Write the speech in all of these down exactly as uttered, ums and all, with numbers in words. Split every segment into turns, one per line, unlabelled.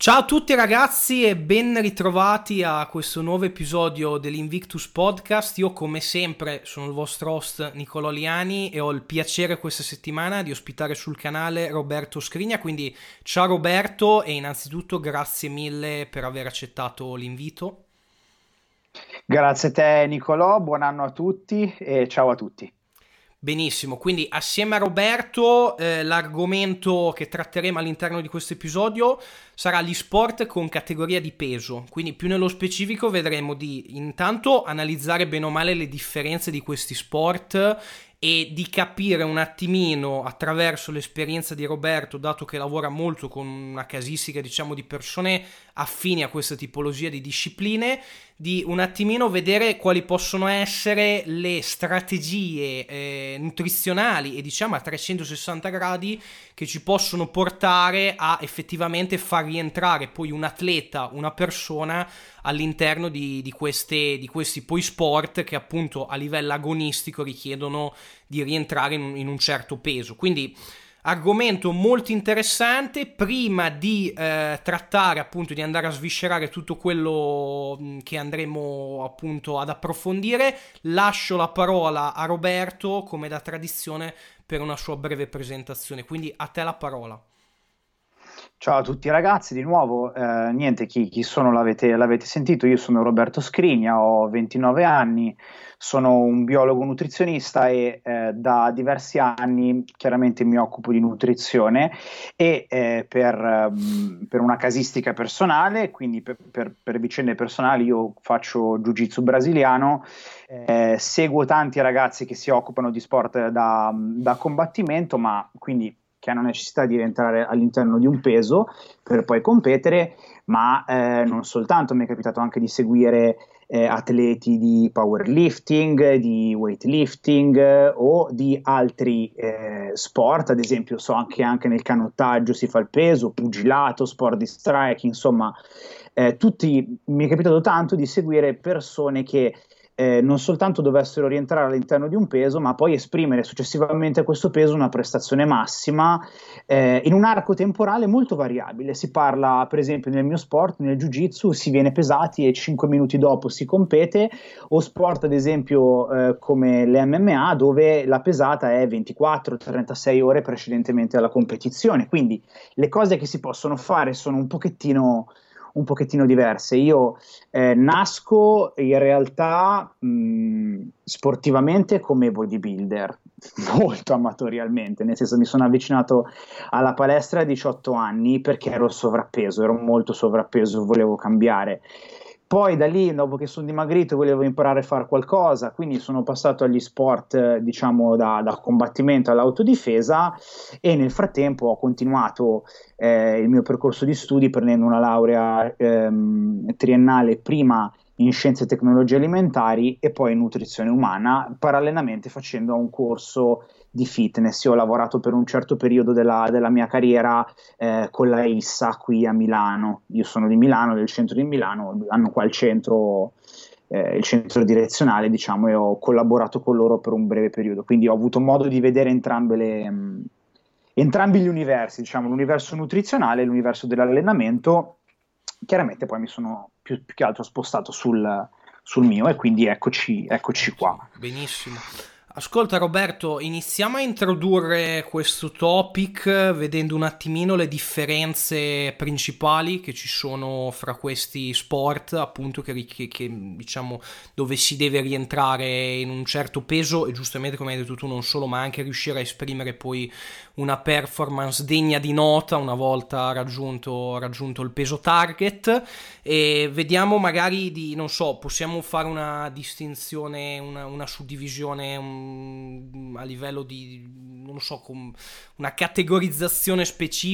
Ciao a tutti ragazzi e ben ritrovati a questo nuovo episodio dell'Invictus Podcast. Io come sempre sono il vostro host Nicolò Liani e ho il piacere questa settimana di ospitare sul canale Roberto Scrigna, quindi ciao Roberto e innanzitutto grazie mille per aver accettato l'invito.
Grazie a te Nicolò, buon anno a tutti e ciao a tutti.
Benissimo, quindi assieme a Roberto eh, l'argomento che tratteremo all'interno di questo episodio sarà gli sport con categoria di peso, quindi più nello specifico vedremo di intanto analizzare bene o male le differenze di questi sport e di capire un attimino attraverso l'esperienza di Roberto, dato che lavora molto con una casistica diciamo di persone affini a questa tipologia di discipline, di un attimino vedere quali possono essere le strategie eh, nutrizionali e diciamo a trecentosessanta gradi che ci possono portare a effettivamente far rientrare poi un atleta, una persona all'interno di, di, queste, di questi poi sport che appunto a livello agonistico richiedono di rientrare in un, in un certo peso. Quindi argomento molto interessante. Prima di eh, trattare appunto di andare a sviscerare tutto quello che andremo appunto ad approfondire, lascio la parola a Roberto come da tradizione per una sua breve presentazione, quindi a te la parola.
Ciao a tutti ragazzi, di nuovo, eh, niente, chi, chi sono l'avete, l'avete sentito, io sono Roberto Scrigna, ho ventinove anni, sono un biologo nutrizionista e eh, da diversi anni chiaramente mi occupo di nutrizione e eh, per, ehm, per una casistica personale, quindi per, per, per vicende personali io faccio jiu-jitsu brasiliano, eh, seguo tanti ragazzi che si occupano di sport da, da combattimento, ma quindi che hanno necessità di rientrare all'interno di un peso per poi competere, ma eh, non soltanto, mi è capitato anche di seguire eh, atleti di powerlifting, di weightlifting eh, o di altri eh, sport, ad esempio so anche, anche nel canottaggio si fa il peso, pugilato, sport di striking, insomma, eh, tutti, mi è capitato tanto di seguire persone che eh, non soltanto dovessero rientrare all'interno di un peso, ma poi esprimere successivamente a questo peso una prestazione massima eh, in un arco temporale molto variabile. Si parla, per esempio, nel mio sport, nel jiu-jitsu, si viene pesati e cinque minuti dopo si compete, o sport, ad esempio, eh, come l'M M A, dove la pesata è ventiquattro trentasei ore precedentemente alla competizione. Quindi le cose che si possono fare sono un pochettino un pochettino diverse. Io eh, nasco in realtà mh, sportivamente come bodybuilder, molto amatorialmente, nel senso mi sono avvicinato alla palestra a diciotto anni perché ero sovrappeso, ero molto sovrappeso, volevo cambiare. Poi da lì, dopo che sono dimagrito, volevo imparare a fare qualcosa, quindi sono passato agli sport, eh, diciamo, da, da combattimento all'autodifesa e nel frattempo ho continuato eh, il mio percorso di studi prendendo una laurea ehm, triennale prima in scienze e tecnologie alimentari e poi in nutrizione umana, parallelamente facendo un corso di fitness. Io ho lavorato per un certo periodo della, della mia carriera eh, con la ISSA qui a Milano. Io sono di Milano, del centro di Milano, hanno qua il centro, eh, il centro direzionale, diciamo, e ho collaborato con loro per un breve periodo. Quindi ho avuto modo di vedere entrambe le, mh, entrambi gli universi, diciamo, l'universo nutrizionale e l'universo dell'allenamento. Chiaramente poi mi sono più, più che altro spostato sul, sul mio e quindi eccoci, eccoci qua.
Ottimo, benissimo. Ascolta Roberto, iniziamo a introdurre questo topic vedendo un attimino le differenze principali che ci sono fra questi sport, appunto che, che, che diciamo dove si deve rientrare in un certo peso e giustamente come hai detto tu non solo ma anche riuscire a esprimere poi una performance degna di nota una volta raggiunto, raggiunto il peso target e vediamo magari di, non so, possiamo fare una distinzione, una, una suddivisione un, a livello di, non so, con una categorizzazione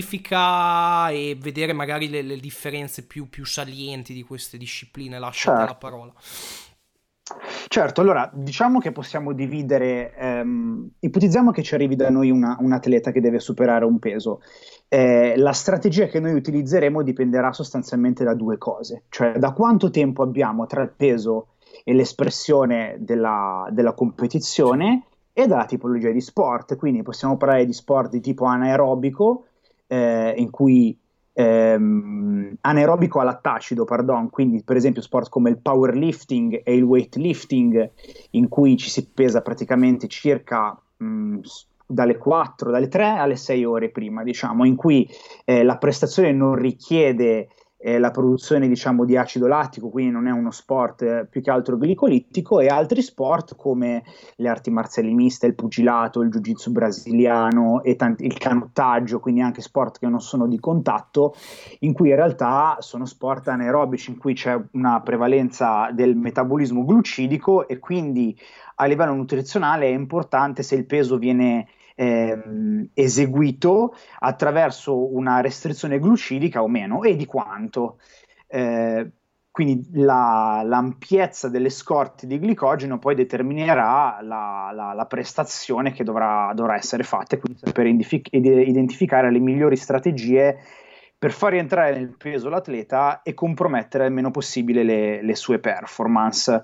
specifica e vedere magari le, le differenze più, più salienti di queste discipline. Lascio a te la
Certo.
parola.
Certo, allora diciamo che possiamo dividere, ehm, ipotizziamo che ci arrivi da noi una- un atleta che deve superare un peso. Eh, la strategia che noi utilizzeremo dipenderà sostanzialmente da due cose, cioè da quanto tempo abbiamo tra il peso e l'espressione della, della
Sì.
competizione e dalla tipologia di sport. Quindi possiamo parlare di sport di tipo anaerobico, eh, in cui ehm, anaerobico all'attacido, pardon, quindi per esempio sport come il powerlifting e il weightlifting, in cui ci si pesa praticamente circa mh, dalle quattro, dalle tre alle sei ore prima, diciamo, in cui eh, la prestazione non richiede eh, la produzione, diciamo, di acido lattico, quindi non è uno sport eh, più che altro glicolittico, e altri sport come le arti marziali miste, il pugilato, il jiu-jitsu brasiliano e tanti, il canottaggio, quindi anche sport che non sono di contatto, in cui in realtà sono sport anaerobici, in cui c'è una prevalenza del metabolismo glucidico, e quindi a livello nutrizionale è importante se il peso viene ehm, eseguito attraverso una restrizione glucidica o meno, e di quanto. Eh, quindi la, l'ampiezza delle scorte di glicogeno poi determinerà la, la, la prestazione che dovrà, dovrà essere fatta, e quindi saper indific- identificare le migliori strategie per far rientrare nel peso l'atleta e compromettere il meno possibile le, le sue performance.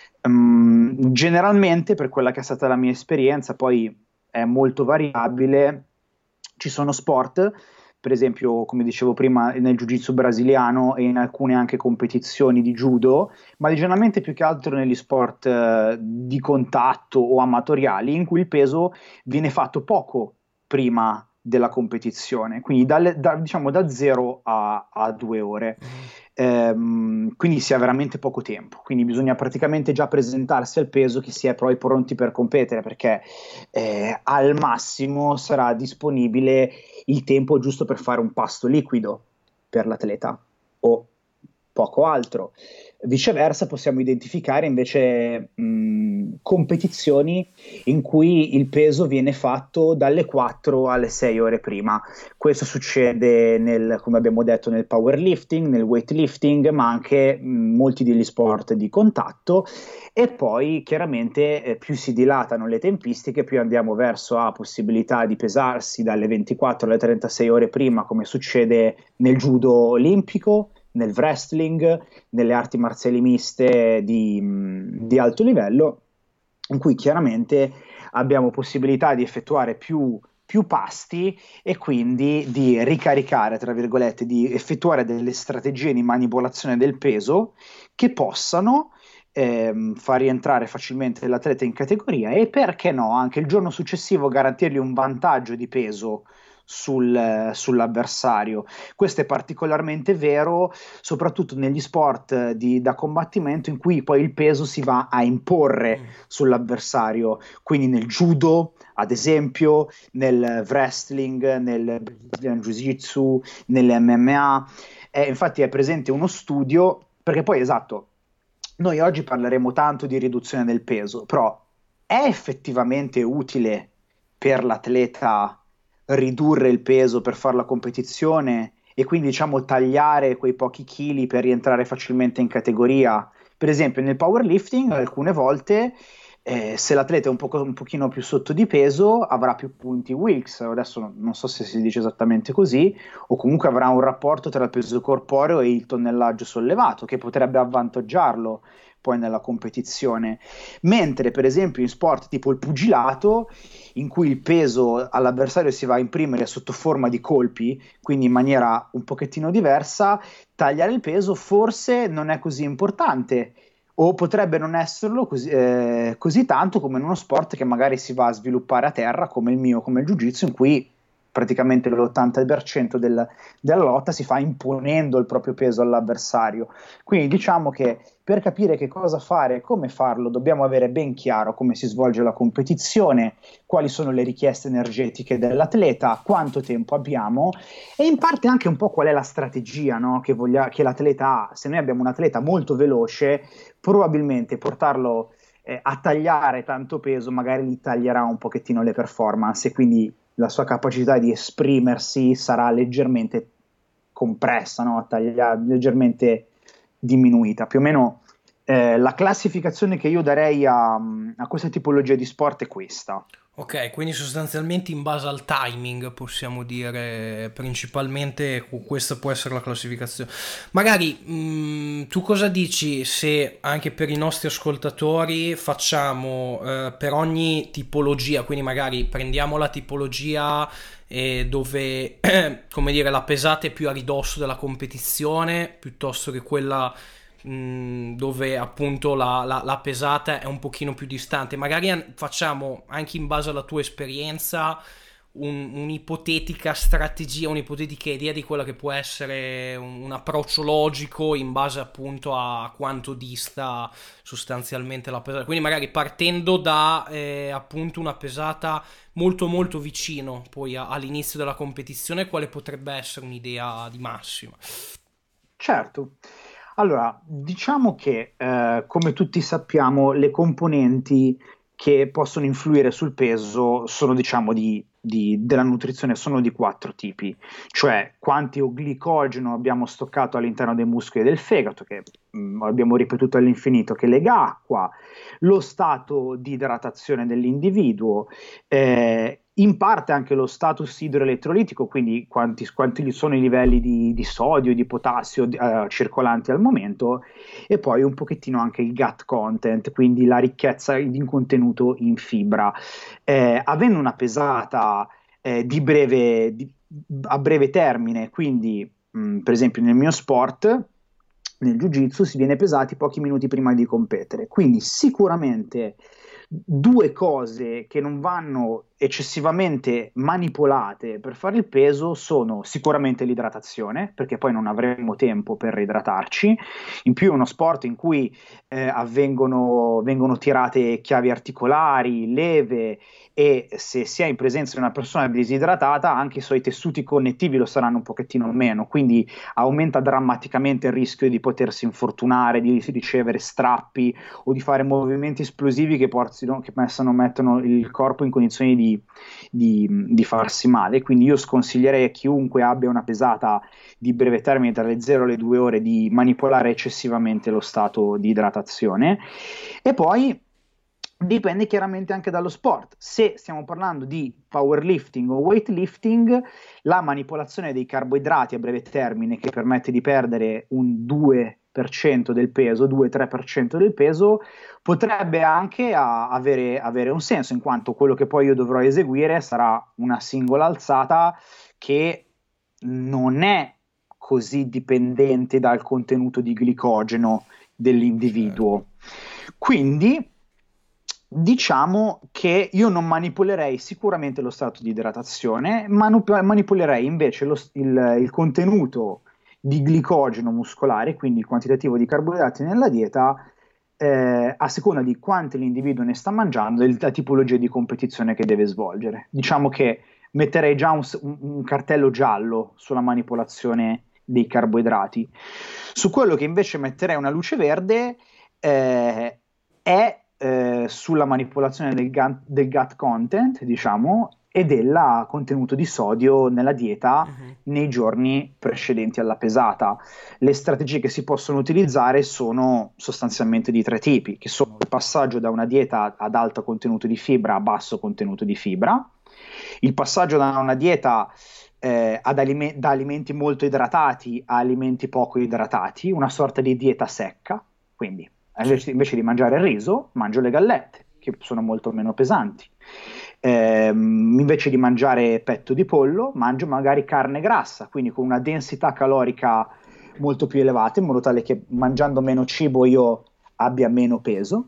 Um, generalmente, per quella che è stata la mia esperienza, poi è molto variabile. Ci sono sport, per esempio, come dicevo prima, nel jiu-jitsu brasiliano e in alcune anche competizioni di judo, ma generalmente più che altro negli sport eh, di contatto o amatoriali, in cui il peso viene fatto poco prima della competizione, quindi dalle, da, diciamo da zero a, a due ore.
Mm.
Ehm, quindi si ha veramente poco tempo, quindi bisogna praticamente già presentarsi al peso che si è poi pronti per competere, perché eh, al massimo sarà disponibile il tempo giusto per fare un pasto liquido per l'atleta o poco altro. Viceversa, possiamo identificare invece mh, competizioni in cui il peso viene fatto dalle quattro alle sei ore prima. Questo succede nel, come abbiamo detto, nel powerlifting, nel weightlifting, ma anche mh, molti degli sport di contatto. E poi chiaramente eh, più si dilatano le tempistiche, più andiamo verso a possibilità di pesarsi dalle ventiquattro alle trentasei ore prima, come succede nel judo olimpico, nel wrestling, nelle arti marziali miste di, di alto livello, in cui chiaramente abbiamo possibilità di effettuare più, più pasti, e quindi di ricaricare, tra virgolette, di effettuare delle strategie di manipolazione del peso che possano ehm, far rientrare facilmente l'atleta in categoria, e perché no, anche il giorno successivo garantirgli un vantaggio di peso sul, sull'avversario. Questo è particolarmente vero soprattutto negli sport di, da combattimento, in cui poi il peso si va a imporre
Mm.
sull'avversario, quindi nel judo, ad esempio, nel wrestling, nel jiu-jitsu, nell'M M A. Eh, infatti è presente uno studio, perché poi esatto, noi oggi parleremo tanto di riduzione del peso, però è effettivamente utile per l'atleta ridurre il peso per fare la competizione e quindi diciamo tagliare quei pochi chili per rientrare facilmente in categoria? Per esempio nel powerlifting alcune volte eh, se l'atleta è un, poco, un pochino più sotto di peso avrà più punti Wilks, adesso non, non so se si dice esattamente così, o comunque avrà un rapporto tra il peso corporeo e il tonnellaggio sollevato che potrebbe avvantaggiarlo poi nella competizione. Mentre per esempio in sport tipo il pugilato, in cui il peso all'avversario si va a imprimere sotto forma di colpi, quindi in maniera un pochettino diversa, tagliare il peso forse non è così importante, o potrebbe non esserlo così, eh, così tanto come in uno sport che magari si va a sviluppare a terra, come il mio, come il jiu-jitsu, in cui praticamente l'ottanta per cento del, della lotta si fa imponendo il proprio peso all'avversario. Quindi diciamo che per capire che cosa fare e come farlo dobbiamo avere ben chiaro come si svolge la competizione, quali sono le richieste energetiche dell'atleta, quanto tempo abbiamo, e in parte anche un po' qual è la strategia, no, che, voglia, che l'atleta ha. Se noi abbiamo un atleta molto veloce, probabilmente portarlo eh, a tagliare tanto peso magari gli taglierà un pochettino le performance, e quindi la sua capacità di esprimersi sarà leggermente compressa, no? Taglia- leggermente diminuita. Più o meno eh, la classificazione che io darei a, a questa tipologia di sport è questa.
Ok, quindi sostanzialmente in base al timing possiamo dire principalmente cu- questa può essere la classificazione. Magari mh, tu cosa dici se anche per i nostri ascoltatori facciamo eh, per ogni tipologia, quindi magari prendiamo la tipologia eh, dove come dire la pesata è più a ridosso della competizione piuttosto che quella mh, dove appunto la, la- la pesata è un pochino più distante. Magari an- facciamo anche in base alla tua esperienza un- un'ipotetica strategia, un'ipotetica idea di quello che può essere un, un approccio logico in base appunto a quanto dista sostanzialmente la pesata. Quindi magari partendo da eh, appunto una pesata molto molto vicino poi a- all'inizio della competizione, quale potrebbe essere un'idea di massima?
Certo. Allora, diciamo che eh, come tutti sappiamo, le componenti che possono influire sul peso sono, diciamo, di, di- della nutrizione sono di quattro tipi, cioè quanto glicogeno abbiamo stoccato all'interno dei muscoli del fegato, che mh, abbiamo ripetuto all'infinito, che lega acqua, lo stato di idratazione dell'individuo, eh, in parte anche lo status idroelettrolitico, quindi quanti, quanti sono i livelli di, di sodio e di potassio eh, circolanti al momento, e poi un pochettino anche il gut content, quindi la ricchezza di contenuto in fibra. Eh, avendo una pesata eh, di breve, di- a breve termine, quindi mh, per esempio nel mio sport, nel jiu-jitsu si viene pesati pochi minuti prima di competere, quindi sicuramente due cose che non vanno eccessivamente manipolate per fare il peso sono sicuramente l'idratazione, perché poi non avremo tempo per idratarci. In più è uno sport in cui eh, avvengono, vengono tirate chiavi articolari, leve, e se si è in presenza di una persona disidratata anche i suoi tessuti connettivi lo saranno un pochettino meno, quindi aumenta drammaticamente il rischio di potersi infortunare, di ricevere strappi o di fare movimenti esplosivi che, porzino, che mettano, mettono il corpo in condizioni di, di, di farsi male. Quindi io sconsiglierei a chiunque abbia una pesata di breve termine tra le zero e le due ore di manipolare eccessivamente lo stato di idratazione. E poi dipende chiaramente anche dallo sport. Se stiamo parlando di powerlifting o weightlifting, la manipolazione dei carboidrati a breve termine che permette di perdere un due per cento del peso, due-tre per cento del peso, potrebbe anche a, avere, avere un senso, in quanto quello che poi io dovrò eseguire sarà una singola alzata che non è così dipendente dal contenuto di glicogeno
Certo.
dell'individuo. Quindi diciamo che io non manipolerei sicuramente lo stato di idratazione, manu- manipolerei invece lo- il, il contenuto di glicogeno muscolare, quindi il quantitativo di carboidrati nella dieta, eh, a seconda di quanto l'individuo ne sta mangiando e la tipologia di competizione che deve svolgere. Diciamo che metterei già un, un- un cartello giallo sulla manipolazione dei carboidrati. Su quello che invece metterei una luce verde eh, è eh, sulla manipolazione del gut, del gut content, diciamo, e del contenuto di sodio nella dieta
Mhm.
nei giorni precedenti alla pesata. Le strategie che si possono utilizzare sono sostanzialmente di tre tipi, che sono il passaggio da una dieta ad alto contenuto di fibra a basso contenuto di fibra, il passaggio da una dieta eh, ad alime- da alimenti molto idratati a alimenti poco idratati, una sorta di dieta secca, quindi
Sì.
invece, invece di mangiare il riso, mangio le gallette, che sono molto meno pesanti. Ehm, invece di mangiare petto di pollo, mangio magari carne grassa, quindi con una densità calorica molto più elevata, in modo tale che mangiando meno cibo io abbia meno peso.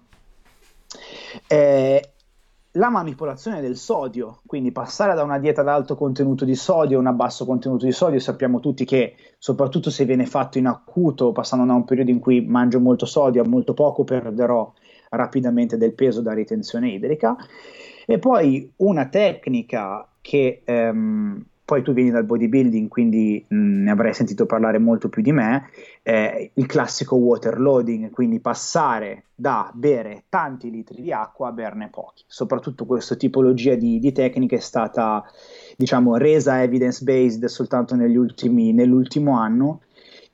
Eh, la manipolazione del sodio, quindi passare da una dieta ad alto contenuto di sodio a una basso contenuto di sodio, sappiamo tutti che soprattutto se viene fatto in acuto, passando da un periodo in cui mangio molto sodio a molto poco, perderò rapidamente del peso da ritenzione idrica. E poi una tecnica che ehm, poi tu vieni dal bodybuilding, quindi mh, ne avrai sentito parlare molto più di me, eh, il classico water loading, quindi passare da bere tanti litri di acqua a berne pochi. Soprattutto questa tipologia di, di tecnica è stata, diciamo, resa evidence-based soltanto negli ultimi, nell'ultimo anno,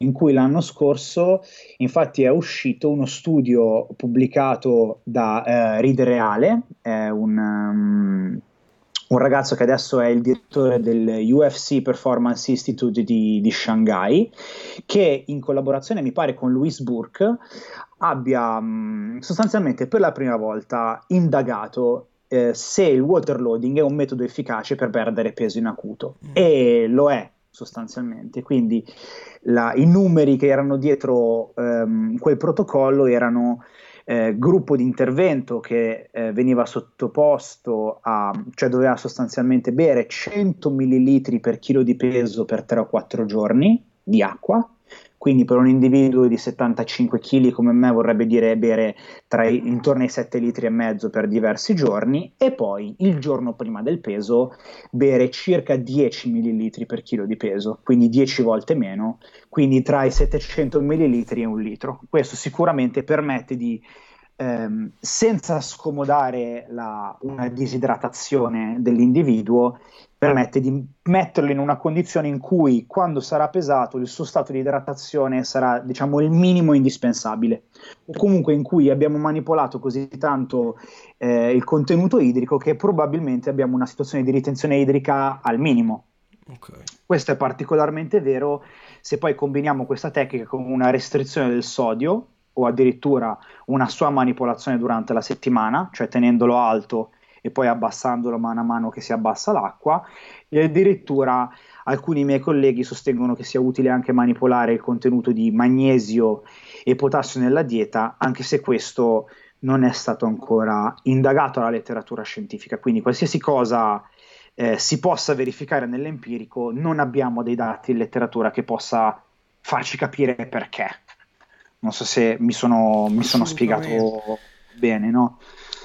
in cui l'anno scorso infatti è uscito uno studio pubblicato da eh, Ride Reale, è un, um, un ragazzo che adesso è il direttore del U F C Performance Institute di, di Shanghai, che in collaborazione mi pare con Louise Burke abbia mh, sostanzialmente per la prima volta indagato eh, se il waterloading è un metodo efficace per perdere peso in acuto, mm. e lo è sostanzialmente. Quindi la, i numeri che erano dietro ehm, quel protocollo erano eh, gruppo di intervento che eh, veniva sottoposto a, cioè doveva sostanzialmente bere cento millilitri per chilo di peso per tre o quattro giorni di acqua. Quindi per un individuo di settantacinque chili come me vorrebbe dire bere tra i, intorno ai sette litri e mezzo per diversi giorni, e poi il giorno prima del peso bere circa dieci millilitri per chilo di peso, quindi dieci volte meno, quindi tra i settecento millilitri e un litro. Questo sicuramente permette di, ehm, senza scomodare la, una disidratazione dell'individuo, permette di metterlo in una condizione in cui quando sarà pesato il suo stato di idratazione sarà, diciamo, il minimo indispensabile, o comunque in cui abbiamo manipolato così tanto eh, il contenuto idrico che probabilmente abbiamo una situazione di ritenzione idrica al minimo. Okay. Questo è particolarmente vero se poi combiniamo questa tecnica con una restrizione del sodio o addirittura una sua manipolazione durante la settimana, cioè tenendolo alto e poi abbassandolo mano a mano che si abbassa l'acqua, e addirittura alcuni miei colleghi sostengono che sia utile anche manipolare il contenuto di magnesio e potassio nella dieta, anche se questo non è stato ancora indagato dalla letteratura scientifica. Quindi qualsiasi cosa eh, si possa verificare nell'empirico, non abbiamo dei dati in letteratura che possa farci capire perché. Non so se mi sono, mi sono spiegato bene, no?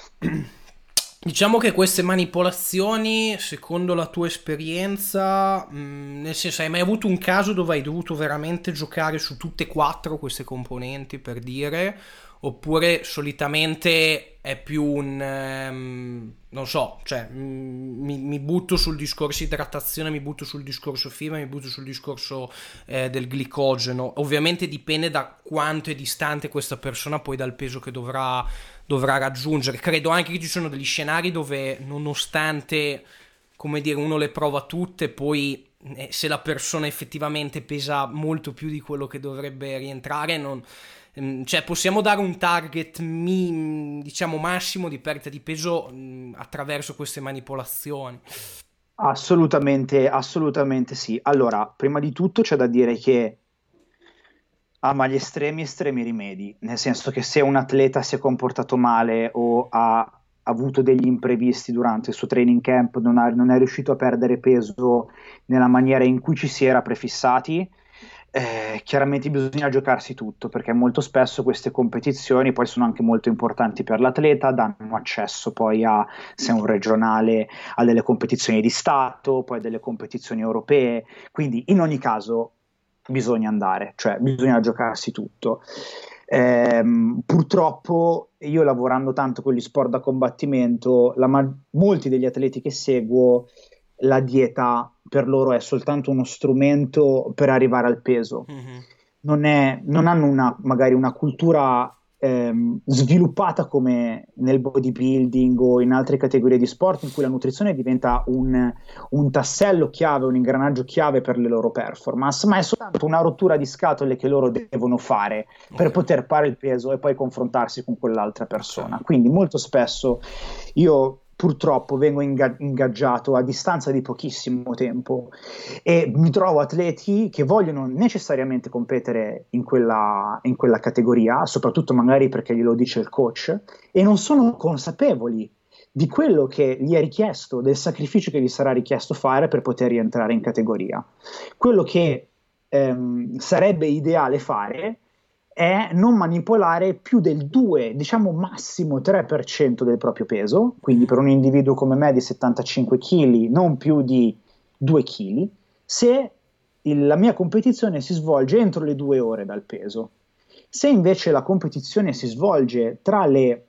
Diciamo che queste manipolazioni, secondo la tua esperienza, mh, nel senso, hai mai avuto un caso dove hai dovuto veramente giocare su tutte e quattro queste componenti, per dire, oppure solitamente è più un, um, non so, cioè mh, mi, mi butto sul discorso idratazione, mi butto sul discorso fibra, mi butto sul discorso eh, del glicogeno. Ovviamente dipende da quanto è distante questa persona poi dal peso che dovrà dovrà raggiungere. Credo anche che ci sono degli scenari dove, nonostante, come dire, uno le prova tutte, poi eh, se la persona effettivamente pesa molto più di quello che dovrebbe rientrare, non, ehm, cioè possiamo dare un target mi, diciamo massimo di perdita di peso mh, attraverso queste manipolazioni.
Assolutamente, assolutamente sì. Allora, prima di tutto c'è da dire che Ah, ma gli estremi estremi rimedi, nel senso che se un atleta si è comportato male o ha avuto degli imprevisti durante il suo training camp, non, ha, non è riuscito a perdere peso nella maniera in cui ci si era prefissati, eh, chiaramente bisogna giocarsi tutto, perché molto spesso queste competizioni poi sono anche molto importanti per l'atleta, danno accesso poi a, se è un regionale, a delle competizioni di Stato, poi delle competizioni europee, quindi in ogni caso bisogna andare, cioè bisogna giocarsi tutto. Eh, purtroppo io, lavorando tanto con gli sport da combattimento, la ma- molti degli atleti che seguo, la dieta per loro è soltanto uno strumento per arrivare al peso. Mm-hmm. Non è, non hanno una, magari una cultura ehm, sviluppata come nel bodybuilding o in altre categorie di sport, in cui la nutrizione diventa un, un tassello chiave, un ingranaggio chiave per le loro performance, ma è soltanto una rottura di scatole che loro devono fare per poter fare il peso e poi confrontarsi con quell'altra persona. Quindi molto spesso io purtroppo vengo inga- ingaggiato a distanza di pochissimo tempo e mi trovo atleti che vogliono necessariamente competere in quella, in quella categoria, soprattutto magari perché glielo dice il coach, e non sono consapevoli di quello che gli è richiesto, del sacrificio che gli sarà richiesto fare per poter rientrare in categoria. Quello che ehm, sarebbe ideale fare è non manipolare più del due, diciamo massimo tre per cento del proprio peso, quindi per un individuo come me di settantacinque chili non più di due chili, se il, la mia competizione si svolge entro le due ore dal peso. Se invece la competizione si svolge tra le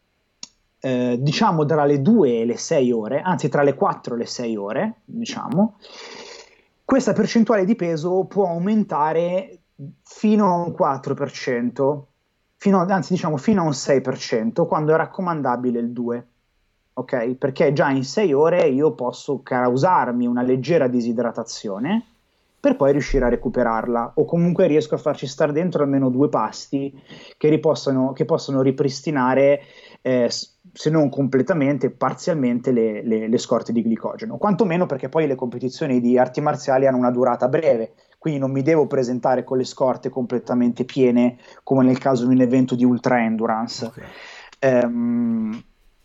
eh, diciamo tra le due e le sei ore, anzi tra le quattro e le sei ore, diciamo, questa percentuale di peso può aumentare fino a un quattro per cento, fino, anzi diciamo fino a un sei per cento, quando è raccomandabile il due. Ok? Perché già in sei ore io posso causarmi una leggera disidratazione per poi riuscire a recuperarla, o comunque riesco a farci stare dentro almeno due pasti che, ripossano, che possono ripristinare, eh, se non completamente, parzialmente le, le, le scorte di glicogeno, quantomeno perché poi le competizioni di arti marziali hanno una durata breve, quindi non mi devo presentare con le scorte completamente piene come nel caso di un evento di ultra endurance.
Okay.
Ehm,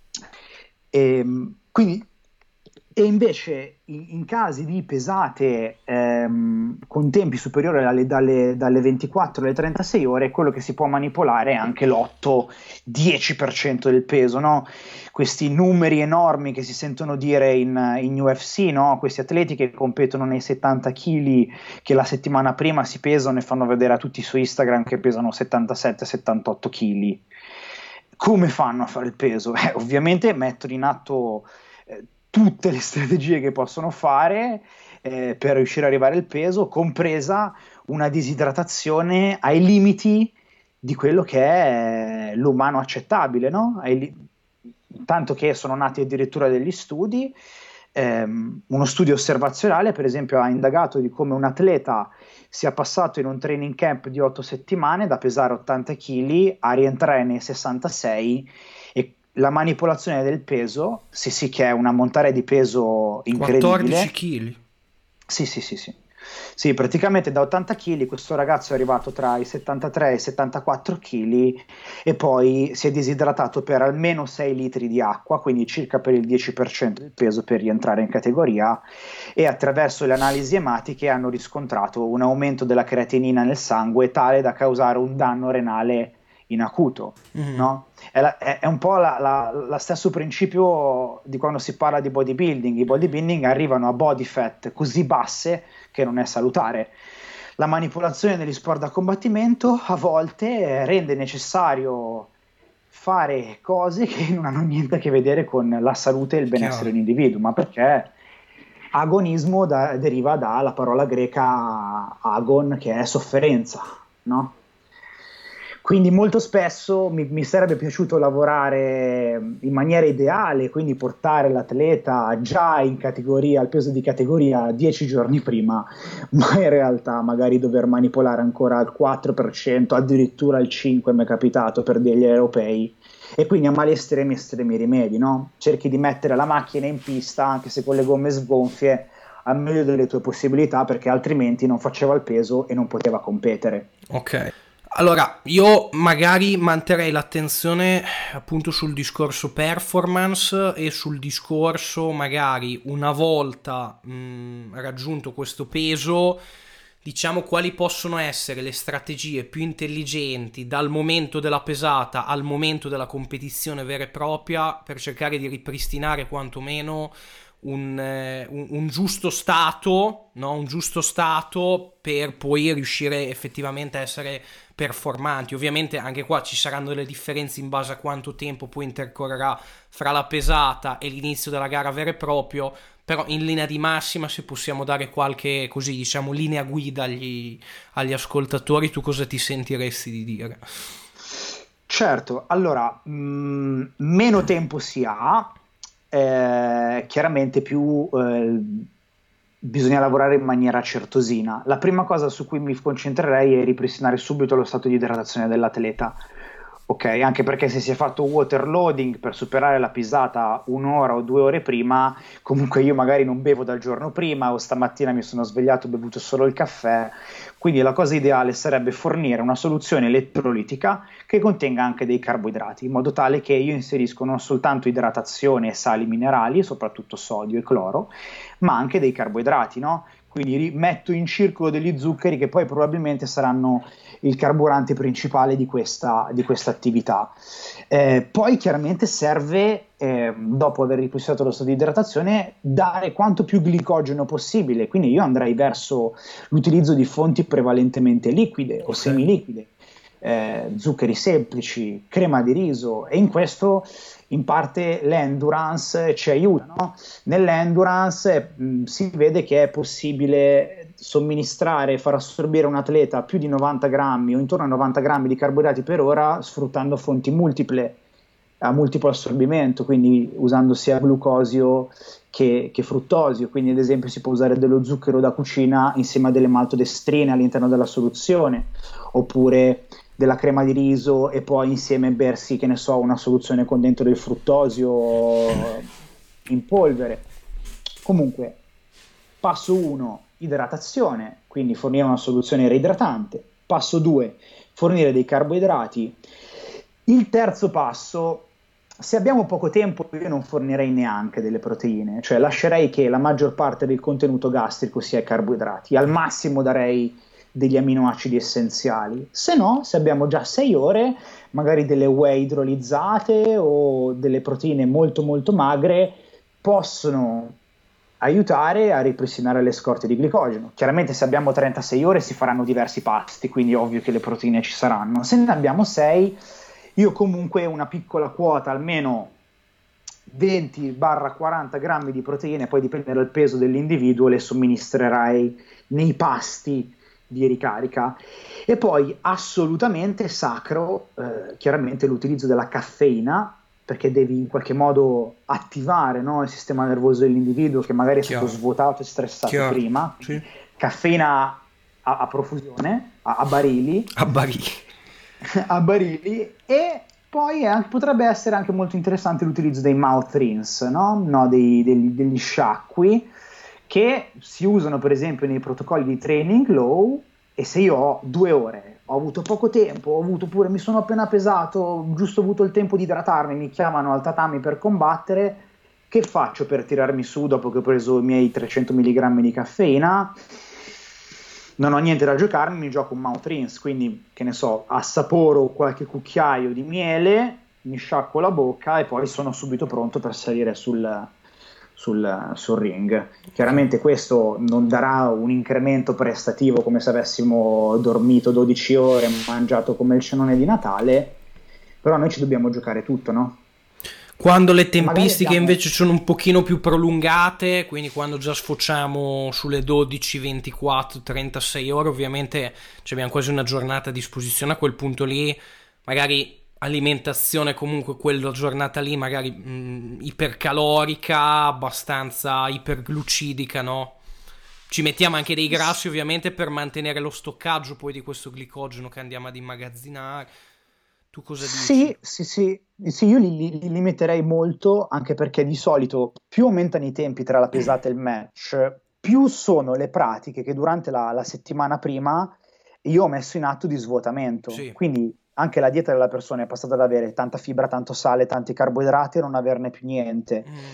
e, quindi, e invece in, in casi di pesate ehm, con tempi superiori alle, dalle, dalle ventiquattro alle trentasei ore, quello che si può manipolare è anche l'otto dieci per cento del peso, no? Questi numeri enormi che si sentono dire in, in U F C, no? Questi atleti che competono nei settanta chili, che la settimana prima si pesano e fanno vedere a tutti su Instagram che pesano settantasette settantotto chili. Come fanno a fare il peso? Eh, ovviamente mettono in atto eh, tutte le strategie che possono fare eh, per riuscire ad arrivare al peso, compresa una disidratazione ai limiti di quello che è l'umano accettabile, no? Ai, tanto che sono nati addirittura degli studi. Um, uno studio osservazionale, per esempio, ha indagato di come un atleta sia passato in un training camp di otto settimane da pesare ottanta chili a rientrare nei sessantasei, e la manipolazione del peso, sì sì, che è un ammontare di peso incredibile.
quattordici chili.
Sì, sì, sì, sì. Sì, praticamente da ottanta chili questo ragazzo è arrivato tra i settantatré e i settantaquattro chili e poi si è disidratato per almeno sei litri di acqua, quindi circa per il dieci per cento del peso per rientrare in categoria, e attraverso le analisi ematiche hanno riscontrato un aumento della creatinina nel sangue tale da causare un danno renale in acuto, mm-hmm. no? È, la, è, è un po' la, la, la stesso principio di quando si parla di bodybuilding. I bodybuilding arrivano a body fat così basse che non è salutare. La manipolazione degli sport da combattimento a volte rende necessario fare cose che non hanno niente a che vedere con la salute e il benessere dell'individuo, ma perché agonismo da, deriva dalla parola greca agon, che è sofferenza, no? Quindi molto spesso mi, mi sarebbe piaciuto lavorare in maniera ideale, quindi portare l'atleta già in categoria, al peso di categoria dieci giorni prima, ma in realtà magari dover manipolare ancora al quattro per cento, addirittura al cinque per cento mi è capitato per degli europei, e quindi a mali estremi estremi rimedi, no? Cerchi di mettere la macchina in pista anche se con le gomme sgonfie al meglio delle tue possibilità, perché altrimenti non faceva il peso e non poteva competere.
Ok. Allora, io magari manterrei l'attenzione appunto sul discorso performance e sul discorso magari una volta mh, raggiunto questo peso, diciamo quali possono essere le strategie più intelligenti dal momento della pesata al momento della competizione vera e propria per cercare di ripristinare quantomeno Un, eh, un, un giusto stato, no? Un giusto stato per poi riuscire effettivamente a essere performanti. Ovviamente anche qua ci saranno delle differenze in base a quanto tempo poi intercorrerà fra la pesata e l'inizio della gara vera e propria, però in linea di massima, se possiamo dare qualche, così diciamo, linea guida agli, agli ascoltatori, tu cosa ti sentiresti di dire?
Certo, allora mh, meno tempo si ha, Eh, chiaramente più eh, bisogna lavorare in maniera certosina. La prima cosa su cui mi concentrerei è ripristinare subito lo stato di idratazione dell'atleta, ok? Anche perché se si è fatto water loading per superare la pisata un'ora o due ore prima, comunque io magari non bevo dal giorno prima, o stamattina mi sono svegliato e ho bevuto solo il caffè, quindi la cosa ideale sarebbe fornire una soluzione elettrolitica che contenga anche dei carboidrati, in modo tale che io inserisco non soltanto idratazione e sali minerali, soprattutto sodio e cloro, ma anche dei carboidrati, no? Quindi metto in circolo degli zuccheri che poi probabilmente saranno il carburante principale di questa, di questa attività. Eh, poi chiaramente serve, eh, dopo aver ripristinato lo stato di idratazione, dare quanto più glicogeno possibile, quindi io andrei verso l'utilizzo di fonti prevalentemente liquide o semiliquide. eh, zuccheri semplici, crema di riso, e in questo in parte l'endurance ci aiuta, no? Nell'endurance mh, si vede che è possibile somministrare e far assorbire a un atleta più di novanta grammi o intorno a novanta grammi di carboidrati per ora sfruttando fonti multiple, a multiplo assorbimento, quindi usando sia glucosio che, che fruttosio. Quindi ad esempio si può usare dello zucchero da cucina insieme a delle maltodestrine all'interno della soluzione, oppure della crema di riso e poi insieme bersi, che ne so, una soluzione con dentro del fruttosio in polvere. Comunque, passo uno, idratazione, quindi fornire una soluzione reidratante. Passo due, fornire dei carboidrati. Il terzo passo, se abbiamo poco tempo, io non fornirei neanche delle proteine, cioè lascerei che la maggior parte del contenuto gastrico sia i carboidrati. Al massimo darei degli aminoacidi essenziali. Se no, se abbiamo già sei ore, magari delle whey idrolizzate o delle proteine molto molto magre possono aiutare a ripristinare le scorte di glicogeno. Chiaramente se abbiamo trentasei ore si faranno diversi pasti, quindi è ovvio che le proteine ci saranno. Se ne abbiamo sei, io comunque una piccola quota, almeno venti quaranta grammi di proteine, poi dipende dal peso dell'individuo, le somministrerai nei pasti di ricarica. E poi assolutamente sacro eh, chiaramente l'utilizzo della caffeina, perché devi in qualche modo attivare, no, il sistema nervoso dell'individuo che magari è
Chiaro.
stato svuotato e stressato
Chiaro.
prima.
Sì.
Caffeina a, a profusione, a, a barili
A barili.
a barili. E poi è, potrebbe essere anche molto interessante l'utilizzo dei mouth rinse, no? No, dei, degli, degli sciacqui che si usano per esempio nei protocolli di training low. E se io ho due ore, ho avuto poco tempo, ho avuto pure, mi sono appena pesato, ho giusto avuto il tempo di idratarmi, mi chiamano al tatami per combattere, che faccio per tirarmi su dopo che ho preso i miei trecento milligrammi di caffeina? Non ho niente da giocarmi, mi gioco un mouth rinse, quindi che ne so, assaporo qualche cucchiaio di miele, mi sciacquo la bocca e poi sono subito pronto per salire sul, sul, sul ring. Chiaramente questo non darà un incremento prestativo come se avessimo dormito dodici ore, mangiato come il cenone di Natale, però noi ci dobbiamo giocare tutto, no?
Quando le tempistiche
abbiamo...
invece sono un pochino più prolungate, quindi quando già sfociamo sulle dodici, ventiquattro, trentasei ore, ovviamente abbiamo quasi una giornata a disposizione. A quel punto lì magari alimentazione comunque quella giornata lì magari mh, ipercalorica, abbastanza iperglucidica, no? Ci mettiamo anche dei grassi ovviamente per mantenere lo stoccaggio poi di questo glicogeno che andiamo ad immagazzinare. Tu cosa dici?
Sì, sì, sì, sì, io li, li, li metterei molto, anche perché di solito più aumentano i tempi tra la pesata e il match, più sono le pratiche che durante la, la settimana prima io ho messo in atto di svuotamento.
Sì.
Quindi anche la dieta della persona è passata ad avere tanta fibra, tanto sale, tanti carboidrati e non averne più niente. Mm.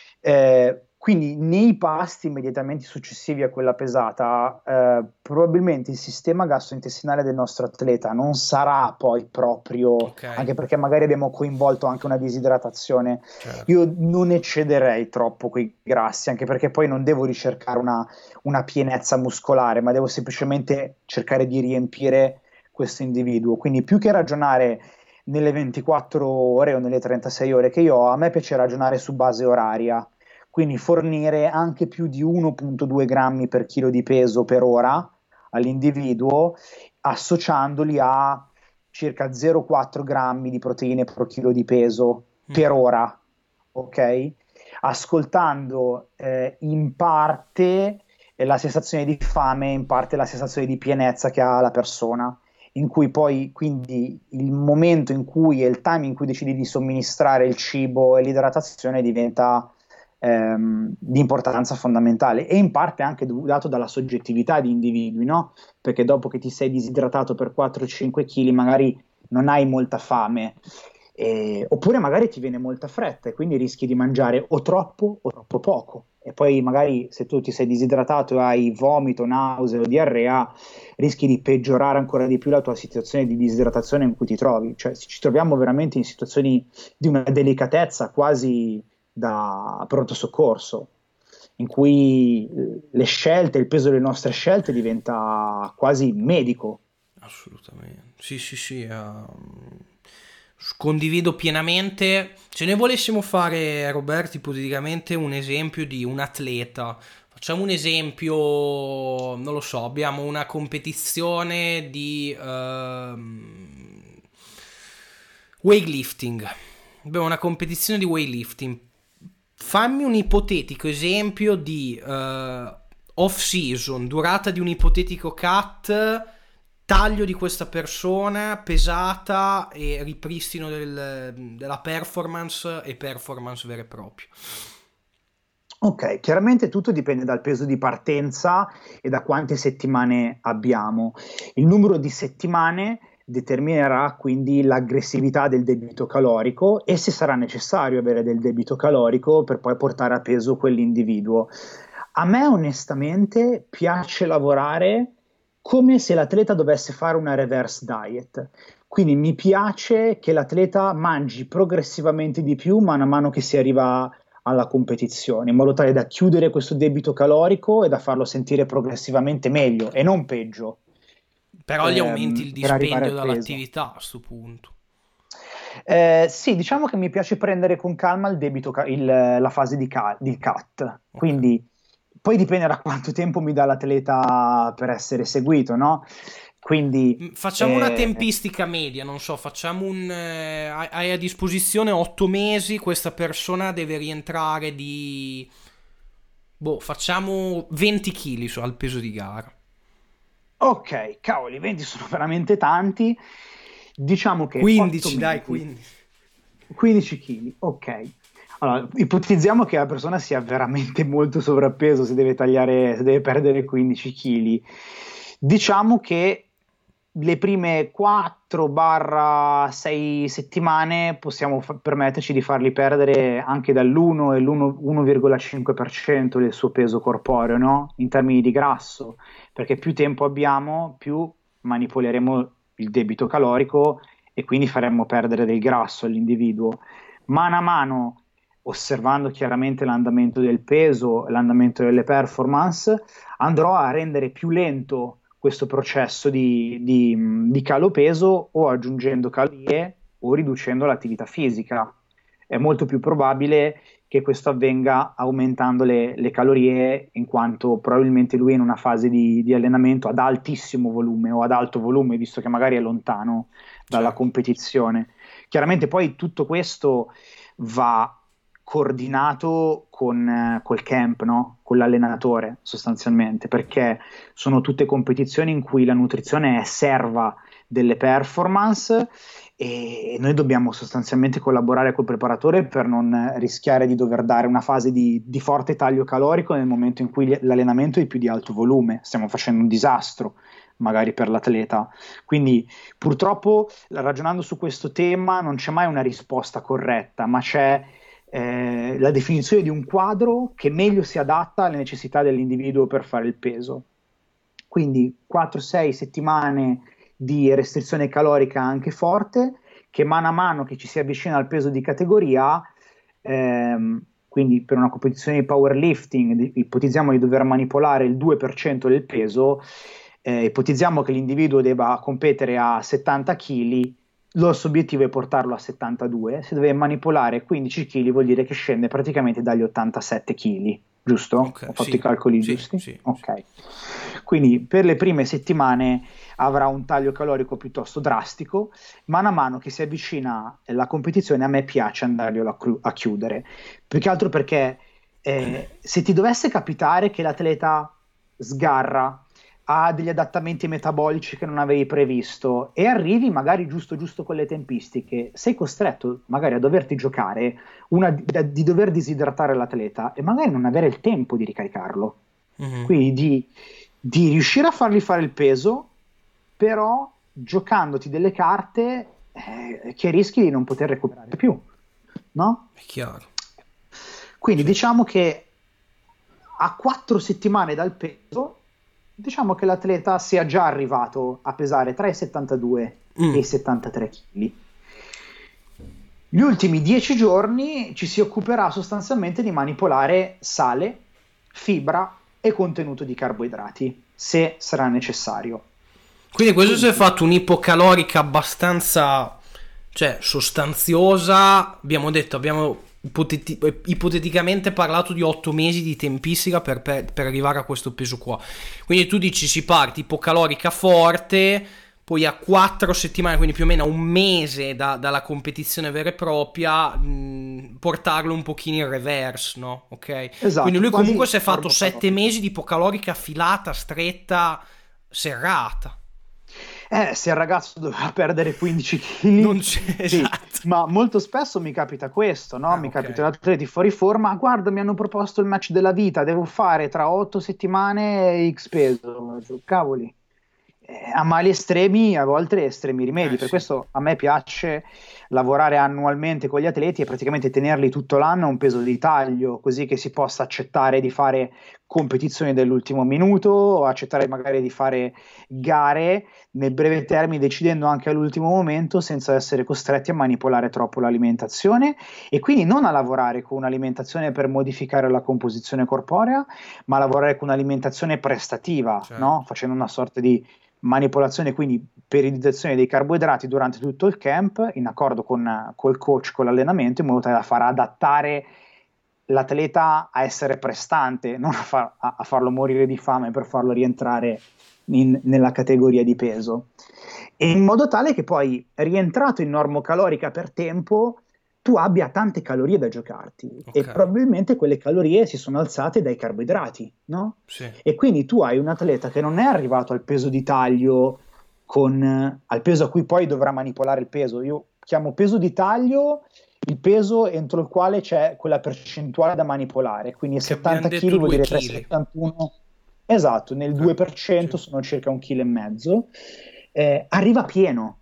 Eh, quindi nei pasti immediatamente successivi a quella pesata eh, probabilmente il sistema gastrointestinale del nostro atleta non sarà poi proprio, okay, anche perché magari abbiamo coinvolto anche una disidratazione. Certo. Io non eccederei troppo quei grassi, anche perché poi non devo ricercare una, una pienezza muscolare, ma devo semplicemente cercare di riempire questo individuo. Quindi più che ragionare nelle ventiquattro ore o nelle trentasei ore che io ho, a me piace ragionare su base oraria, quindi fornire anche più di uno virgola due grammi per chilo di peso per ora all'individuo, associandoli a circa zero virgola quattro grammi di proteine per chilo di peso mm. per ora, ok? Ascoltando eh, in parte la sensazione di fame, in parte la sensazione di pienezza che ha la persona, in cui poi quindi il momento in cui è il time in cui decidi di somministrare il cibo e l'idratazione diventa ehm, di importanza fondamentale, e in parte anche dato dalla soggettività di individui, no? Perché dopo che ti sei disidratato per quattro cinque chili magari non hai molta fame, eh, oppure magari ti viene molta fretta e quindi rischi di mangiare o troppo o troppo poco. E poi magari se tu ti sei disidratato e hai vomito, nausea o diarrea, rischi di peggiorare ancora di più la tua situazione di disidratazione in cui ti trovi. Cioè ci troviamo veramente in situazioni di una delicatezza quasi da pronto soccorso, in cui le scelte, il peso delle nostre scelte diventa quasi medico.
Assolutamente. Sì, sì, sì, uh, condivido pienamente. Se noi volessimo fare, Roberto, ipoteticamente un esempio di un atleta, facciamo un esempio, non lo so, abbiamo una competizione di uh, weightlifting. Abbiamo una competizione di weightlifting. Fammi un ipotetico esempio di uh, off-season, durata di un ipotetico cut, taglio di questa persona, pesata e ripristino del, della performance e performance vera e propria.
Ok, chiaramente tutto dipende dal peso di partenza e da quante settimane abbiamo. Il numero di settimane determinerà quindi l'aggressività del debito calorico e se sarà necessario avere del debito calorico per poi portare a peso quell'individuo. A me onestamente piace lavorare come se l'atleta dovesse fare una reverse diet. Quindi mi piace che l'atleta mangi progressivamente di più man mano che si arriva alla competizione, in modo tale da chiudere questo debito calorico e da farlo sentire progressivamente meglio e non peggio.
Però gli aumenti
ehm,
il
per arrivare
dispendio
al peso.
dall'attività a questo punto.
Eh, sì, diciamo che mi piace prendere con calma il debito, ca- il- la fase di, ca- di cut,
Ok.
quindi poi dipende da quanto tempo mi dà l'atleta per essere seguito, no? Quindi
Mm, Facciamo una
eh,
tempistica media, non so, facciamo un... eh, hai hai a disposizione otto mesi, questa persona deve rientrare di... Boh, facciamo venti chili al peso di gara.
ok, cavoli, venti sono veramente tanti. Diciamo che otto
quindici, dai,
mesi,
quindici.
quindici chili, ok. Allora, ipotizziamo che la persona sia veramente molto sovrappeso se deve tagliare, se deve perdere quindici chili. Diciamo che le prime quattro sei settimane possiamo fa- permetterci di fargli perdere anche dall'uno e l'uno virgola cinque per cento del suo peso corporeo, no? In termini di grasso, perché più tempo abbiamo, più manipoleremo il debito calorico e quindi faremmo perdere del grasso all'individuo. Mano a mano, osservando chiaramente l'andamento del peso, l'andamento delle performance, andrò a rendere più lento questo processo di, di, di calo peso o aggiungendo calorie o riducendo l'attività fisica. È molto più probabile che questo avvenga aumentando le, le calorie, in quanto probabilmente lui è in una fase di, di allenamento ad altissimo volume o ad alto volume, visto che magari è lontano dalla
Certo.
competizione. Chiaramente poi tutto questo va coordinato con eh, col camp, no? Con l'allenatore sostanzialmente, perché sono tutte competizioni in cui la nutrizione è serva delle performance e noi dobbiamo sostanzialmente collaborare col preparatore per non rischiare di dover dare una fase di, di forte taglio calorico nel momento in cui l'allenamento è più di alto volume. Stiamo facendo un disastro magari per l'atleta. Quindi purtroppo ragionando su questo tema non c'è mai una risposta corretta, ma c'è eh, la definizione di un quadro che meglio si adatta alle necessità dell'individuo per fare il peso. Quindi quattro sei settimane di restrizione calorica anche forte, che mano a mano che ci si avvicina al peso di categoria, ehm, quindi per una competizione di powerlifting, di, ipotizziamo di dover manipolare il due per cento del peso, eh, ipotizziamo che l'individuo debba competere a settanta chili, il suo obiettivo è portarlo a settantadue, se deve manipolare quindici chili vuol dire che scende praticamente dagli ottantasette chili, giusto?
Ok,
Ho fatto i
sì,
calcoli
sì,
giusti?
sì, sì.
Ok. Quindi per le prime settimane avrà un taglio calorico piuttosto drastico, mano a mano che si avvicina la competizione a me piace andarglielo a, cru- a chiudere, più che altro perché eh, se ti dovesse capitare che l'atleta sgarra, ha degli adattamenti metabolici che non avevi previsto e arrivi magari giusto giusto con le tempistiche, sei costretto magari a doverti giocare una, di, di dover disidratare l'atleta e magari non avere il tempo di ricaricarlo.
Mhm.
Quindi di, di riuscire a fargli fare il peso, però giocandoti delle carte eh, che rischi di non poter recuperare più, no?
È chiaro.
Quindi
Sì.
diciamo che a quattro settimane dal peso, diciamo che l'atleta sia già arrivato a pesare tra i settantadue e
Mm.
i settantatré chili. Gli ultimi dieci giorni ci si occuperà sostanzialmente di manipolare sale, fibra e contenuto di carboidrati, se sarà necessario.
Quindi questo si è fatto un'ipocalorica abbastanza, cioè, sostanziosa. Abbiamo detto, abbiamo ipoteti- ipoteticamente parlato di otto mesi di tempistica per, per, per arrivare a questo peso qua. Quindi tu dici si parte ipocalorica forte, poi a quattro settimane, quindi più o meno a un mese da, dalla competizione vera e propria, mh, portarlo un pochino in reverse, no? Ok?
Esatto,
Quindi lui
quasi
comunque si è fatto
carbocalorico.
sette mesi di ipocalorica filata, stretta, serrata.
Eh, se il ragazzo doveva perdere quindici
Non
chili,
c'è,
sì,
esatto.
ma molto spesso mi capita questo, no?
Ah,
Mi
ok.
capita atleti fuori forma, guarda, mi hanno proposto il match della vita, devo fare tra otto settimane X peso, cavoli. Eh, a mali estremi, a volte estremi rimedi,
Eh
per
sì.
questo a me piace lavorare annualmente con gli atleti e praticamente tenerli tutto l'anno a un peso di taglio, così che si possa accettare di fare competizioni dell'ultimo minuto o accettare magari di fare gare nel breve termine, decidendo anche all'ultimo momento senza essere costretti a manipolare troppo l'alimentazione e quindi non a lavorare con un'alimentazione per modificare la composizione corporea, ma a lavorare con un'alimentazione prestativa, no?
Certo.
Facendo una sorta di manipolazione, quindi periodizzazione dei carboidrati durante tutto il camp, in accordo con col coach, con l'allenamento, in modo tale da far adattare l'atleta a essere prestante, non a, far, a, a farlo morire di fame per farlo rientrare in, nella categoria di peso. E in modo tale che poi, rientrato in normocalorica per tempo, tu abbia tante calorie da giocarti e
Ok.
probabilmente quelle calorie si sono alzate dai carboidrati, no?
Sì.
E quindi tu hai un atleta che non è arrivato al peso di taglio con, al peso a cui poi dovrà manipolare il peso. Io chiamo peso di taglio il peso entro il quale c'è quella percentuale da manipolare, quindi
Che abbiamo
settanta
detto
chili vuol
due
dire
chili.
trecentottantuno, esatto, nel
Ok.
due per cento
Sì.
sono circa un chilo e mezzo, eh, arriva pieno,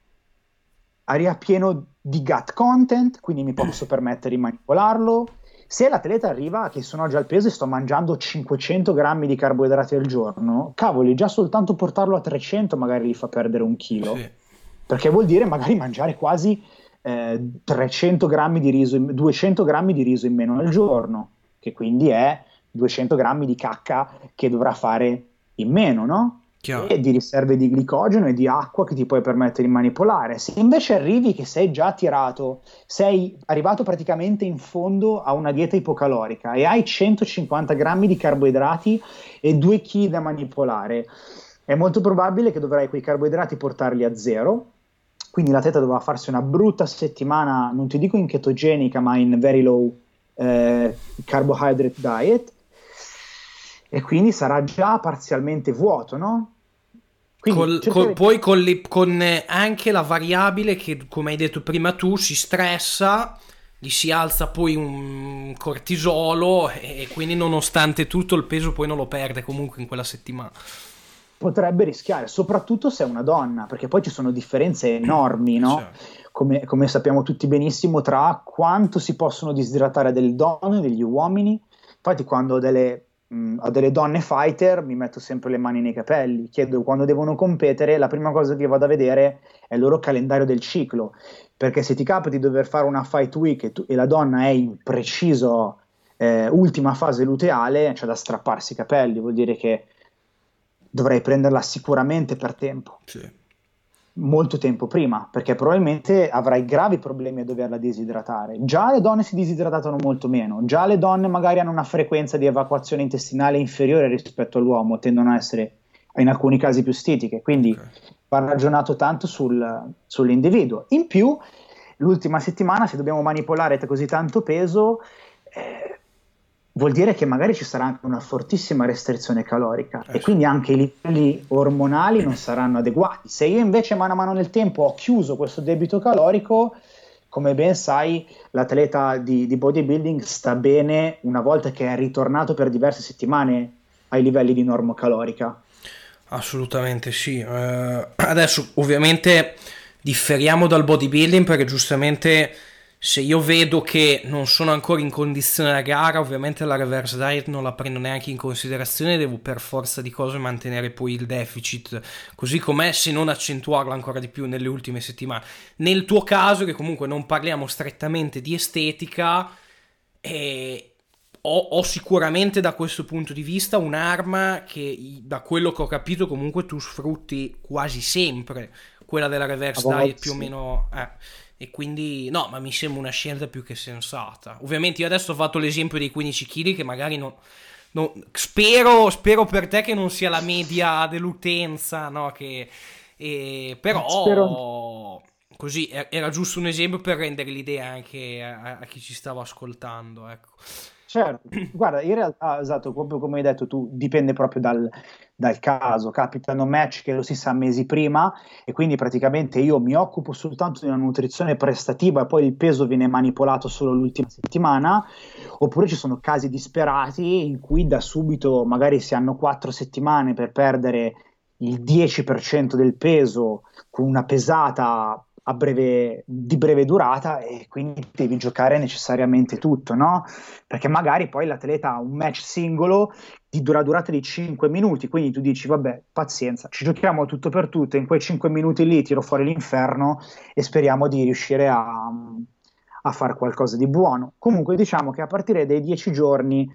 arriva pieno di gut content, quindi mi posso permettere di manipolarlo. Se l'atleta arriva che sono già al peso e sto mangiando cinquecento grammi di carboidrati al giorno, cavoli, già soltanto portarlo a trecento magari gli fa perdere un chilo,
Sì.
perché vuol dire magari mangiare quasi eh, trecento grammi di riso, in, duecento grammi di riso in meno al giorno, che quindi è duecento grammi di cacca che dovrà fare in meno, no?
Chiaro.
E di riserve di glicogeno e di acqua che ti puoi permettere di manipolare. Se invece arrivi che sei già tirato, sei arrivato praticamente in fondo a una dieta ipocalorica e hai centocinquanta grammi di carboidrati e due chili da manipolare, è molto probabile che dovrai quei carboidrati portarli a zero. Quindi l'atleta dovrà farsi una brutta settimana, non ti dico in chetogenica, ma in very low eh, carbohydrate diet, e quindi sarà già parzialmente vuoto, no? Quindi
Col- col-
cercare
poi con, le- con eh, anche la variabile che, come hai detto prima tu, si stressa, gli si alza poi un cortisolo e, e quindi nonostante tutto il peso poi non lo perde comunque in quella settimana.
potrebbe rischiare, soprattutto se è una donna, perché poi ci sono differenze enormi,
Eh,
no?
certo.
Come, come sappiamo tutti benissimo, tra quanto si possono disidratare delle donne e degli uomini. Infatti, quando ho delle, mh, ho delle donne fighter, mi metto sempre le mani nei capelli, chiedo quando devono competere, la prima cosa che vado a vedere è il loro calendario del ciclo, perché se ti capita di dover fare una fight week e, tu- e la donna è in preciso eh, ultima fase luteale, c'è da strapparsi i capelli, vuol dire che dovrei prenderla sicuramente per tempo,
Sì.
molto tempo prima, perché probabilmente avrai gravi problemi a doverla disidratare. Già le donne si disidratano molto meno, già le donne magari hanno una frequenza di evacuazione intestinale inferiore rispetto all'uomo, tendono a essere in alcuni casi più stitiche,
Ok.
quindi va ragionato tanto sul, sull'individuo. In più, l'ultima settimana, se dobbiamo manipolare così tanto peso, eh, vuol dire che magari ci sarà anche una fortissima restrizione calorica
Eh
e
sì.
quindi anche i livelli ormonali non saranno adeguati. Se io invece mano a mano nel tempo ho chiuso questo debito calorico, come ben sai, l'atleta di, di bodybuilding sta bene una volta che è ritornato per diverse settimane ai livelli di normocalorica.
Assolutamente sì. Eh, adesso ovviamente differiamo dal bodybuilding perché giustamente se io vedo che non sono ancora in condizione da gara, ovviamente la reverse diet non la prendo neanche in considerazione, devo per forza di cose mantenere poi il deficit così com'è, se non accentuarlo ancora di più nelle ultime settimane. Nel tuo caso, che comunque non parliamo strettamente di estetica, e ho, ho sicuramente da questo punto di vista un'arma che, da quello che ho capito, comunque tu sfrutti quasi sempre, quella della reverse diet più o meno, eh. E quindi no, ma mi sembra una scelta più che sensata. Ovviamente io adesso ho fatto l'esempio dei quindici chili, che magari non, non spero, spero per te che non sia la media dell'utenza, no? Che, eh, però spero. Così era giusto un esempio per rendere l'idea anche a, a chi ci stava ascoltando, ecco.
Certo, guarda, in realtà, esatto, proprio come hai detto tu, dipende proprio dal, dal caso. Capitano match che lo si sa mesi prima e quindi praticamente io mi occupo soltanto di una nutrizione prestativa e poi il peso viene manipolato solo l'ultima settimana, oppure ci sono casi disperati in cui da subito magari si hanno quattro settimane per perdere il dieci per cento del peso con una pesata a breve, di breve durata, e quindi devi giocare necessariamente tutto, no? Perché magari poi l'atleta ha un match singolo di dura durata di cinque minuti, quindi tu dici vabbè, pazienza, ci giochiamo tutto per tutto, in quei cinque minuti lì tiro fuori l'inferno e speriamo di riuscire a, a fare qualcosa di buono. Comunque diciamo che a partire dai dieci giorni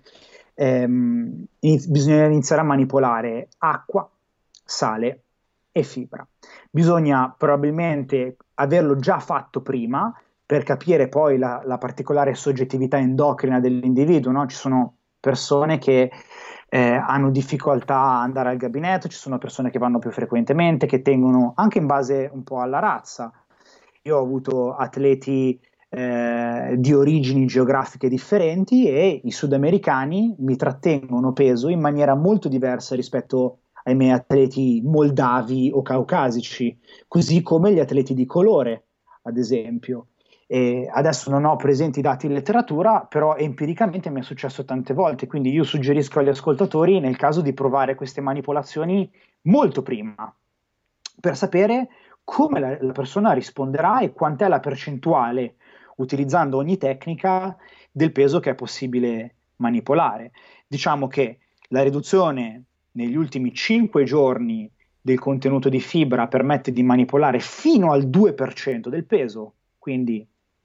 ehm, iniz- bisogna iniziare a manipolare acqua, sale e fibra. Bisogna probabilmente averlo già fatto prima per capire poi la, la particolare soggettività endocrina dell'individuo, no? Ci sono persone che eh, hanno difficoltà a andare al gabinetto, ci sono persone che vanno più frequentemente, che tengono anche in base un po' alla razza. Io ho avuto atleti eh, di origini geografiche differenti e i sudamericani mi trattengono peso in maniera molto diversa rispetto ai miei atleti moldavi o caucasici, così come gli atleti di colore, ad esempio. E adesso non ho presenti i dati in letteratura, però empiricamente mi è successo tante volte, quindi io suggerisco agli ascoltatori nel caso di provare queste manipolazioni molto prima, per sapere come la, la persona risponderà e quant'è la percentuale, utilizzando ogni tecnica, del peso che è possibile manipolare. Diciamo che la riduzione negli ultimi cinque giorni del contenuto di fibra permette di manipolare fino al due per cento del peso, quindi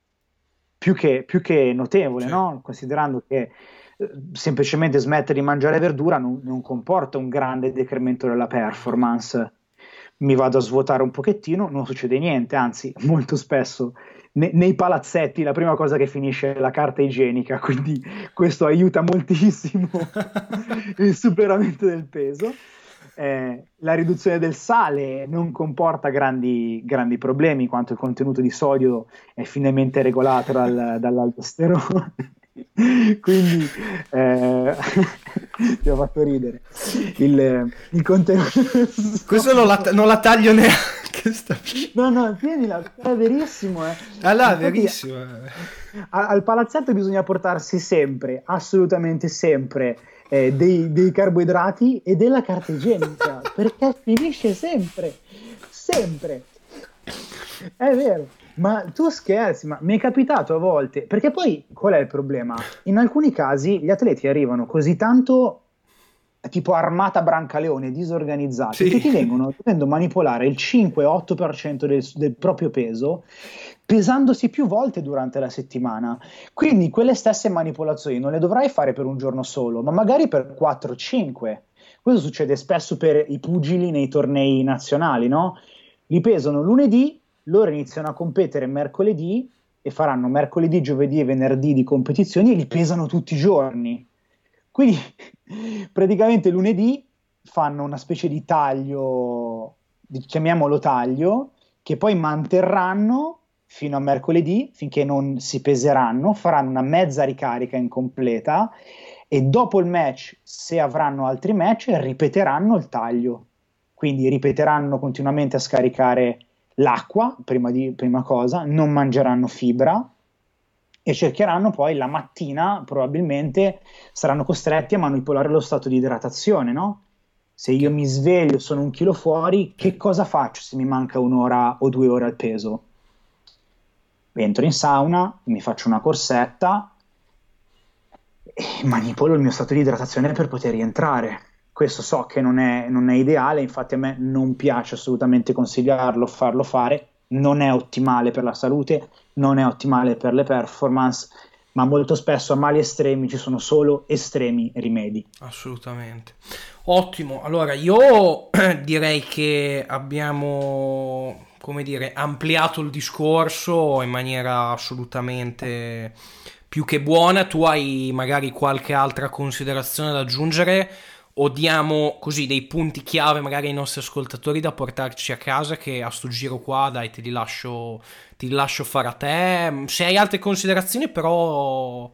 più che, più che notevole, certo. No? Considerando che eh, semplicemente smettere di mangiare verdura non, non comporta un grande decremento della performance. Mi vado a svuotare un pochettino, non succede niente, anzi molto spesso ne, nei palazzetti la prima cosa che finisce è la carta igienica, quindi questo aiuta moltissimo il superamento del peso. Eh, la riduzione del sale non comporta grandi, grandi problemi, in quanto il contenuto di sodio è finemente regolato dal, dall'aldosterone. Quindi eh, ti ho fatto ridere il, il contenuto.
Questo non la, non la taglio neanche. Sta...
No, no, tienila, è verissimo. Eh.
Allora, è verissimo.
A, al palazzetto bisogna portarsi sempre, assolutamente sempre, eh, dei, dei carboidrati e della carta igienica, perché finisce sempre, sempre. È vero. Ma tu scherzi, ma mi è capitato a volte, perché poi qual è il problema? In alcuni casi gli atleti arrivano così tanto tipo armata Brancaleone, disorganizzati, sì, che ti vengono dovendo manipolare il cinque otto per cento del, del proprio peso, pesandosi più volte durante la settimana. Quindi quelle stesse manipolazioni non le dovrai fare per un giorno solo, ma magari per quattro cinque. Questo succede spesso per i pugili nei tornei nazionali, no? Li pesano lunedì, loro iniziano a competere mercoledì e faranno mercoledì, giovedì e venerdì di competizioni e li pesano tutti i giorni. Quindi praticamente lunedì fanno una specie di taglio, chiamiamolo taglio, che poi manterranno fino a mercoledì, finché non si peseranno, faranno una mezza ricarica incompleta e dopo il match, se avranno altri match, ripeteranno il taglio. Quindi ripeteranno continuamente a scaricare l'acqua, prima, di, prima cosa, non mangeranno fibra e cercheranno poi la mattina, probabilmente saranno costretti a manipolare lo stato di idratazione, no? Se io mi sveglio, sono un chilo fuori, che cosa faccio se mi manca un'ora o due ore al peso? Entro in sauna, mi faccio una corsetta e manipolo il mio stato di idratazione per poter rientrare. Questo so che non è, non è ideale, infatti a me non piace assolutamente consigliarlo, farlo fare, non è ottimale per la salute, non è ottimale per le performance, ma molto spesso a mali estremi ci sono solo estremi rimedi.
Assolutamente. Ottimo. Allora, io direi che abbiamo, come dire, ampliato il discorso in maniera assolutamente più che buona. Tu hai magari qualche altra considerazione da aggiungere o diamo così dei punti chiave magari ai nostri ascoltatori da portarci a casa, che a sto giro qua, dai, te li lascio, ti li lascio fare a te. Se hai altre considerazioni, però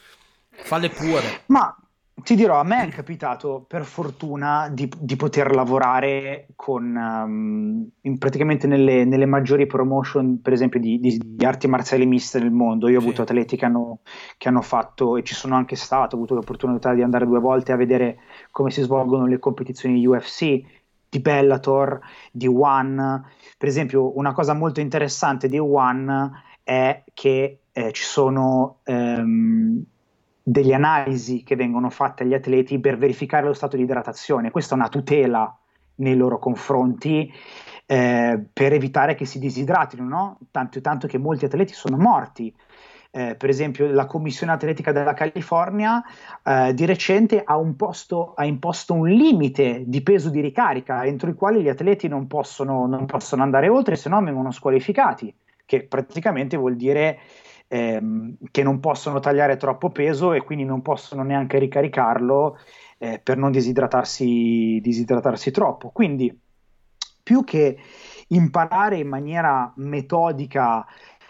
falle pure.
Ma ti dirò, a me è capitato per fortuna di, di poter lavorare con um, in- praticamente nelle, nelle maggiori promotion, per esempio, di, di- di arti marziali miste nel mondo. Io ho
Sì.
avuto atleti che hanno, che hanno fatto, e ci sono anche stato, ho avuto l'opportunità di andare due volte a vedere come si svolgono le competizioni U F C, di Bellator, di One. Per esempio, una cosa molto interessante di One è che eh, ci sono ehm, delle analisi che vengono fatte agli atleti per verificare lo stato di idratazione. Questa è una tutela nei loro confronti, eh, per evitare che si disidratino, no? Tanto, tanto che molti atleti sono morti. Eh, per esempio, la Commissione Atletica della California eh, di recente ha, un posto, ha imposto un limite di peso di ricarica entro il quale gli atleti non possono, non possono andare oltre, se no vengono squalificati, che praticamente vuol dire ehm, che non possono tagliare troppo peso e quindi non possono neanche ricaricarlo eh, per non disidratarsi, disidratarsi troppo. Quindi, più che imparare in maniera metodica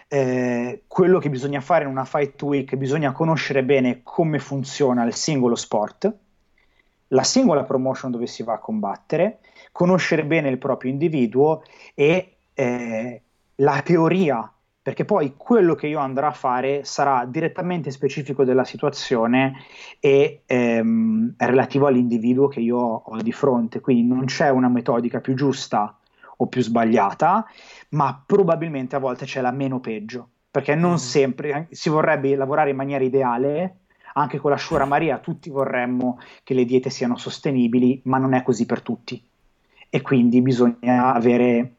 eh, quello che bisogna fare in una fight week, bisogna conoscere bene come funziona il singolo sport, la singola promotion dove si va a combattere, conoscere bene il proprio individuo e eh, la teoria, perché poi quello che io andrò a fare sarà direttamente specifico della situazione e ehm, relativo all'individuo che io ho di fronte. Quindi non c'è una metodica più giusta o più sbagliata, ma probabilmente a volte c'è la meno peggio, perché non
Mhm.
sempre si vorrebbe lavorare in maniera ideale. Anche con la Shura Maria tutti vorremmo che le diete siano sostenibili, ma non è così per tutti. E quindi bisogna avere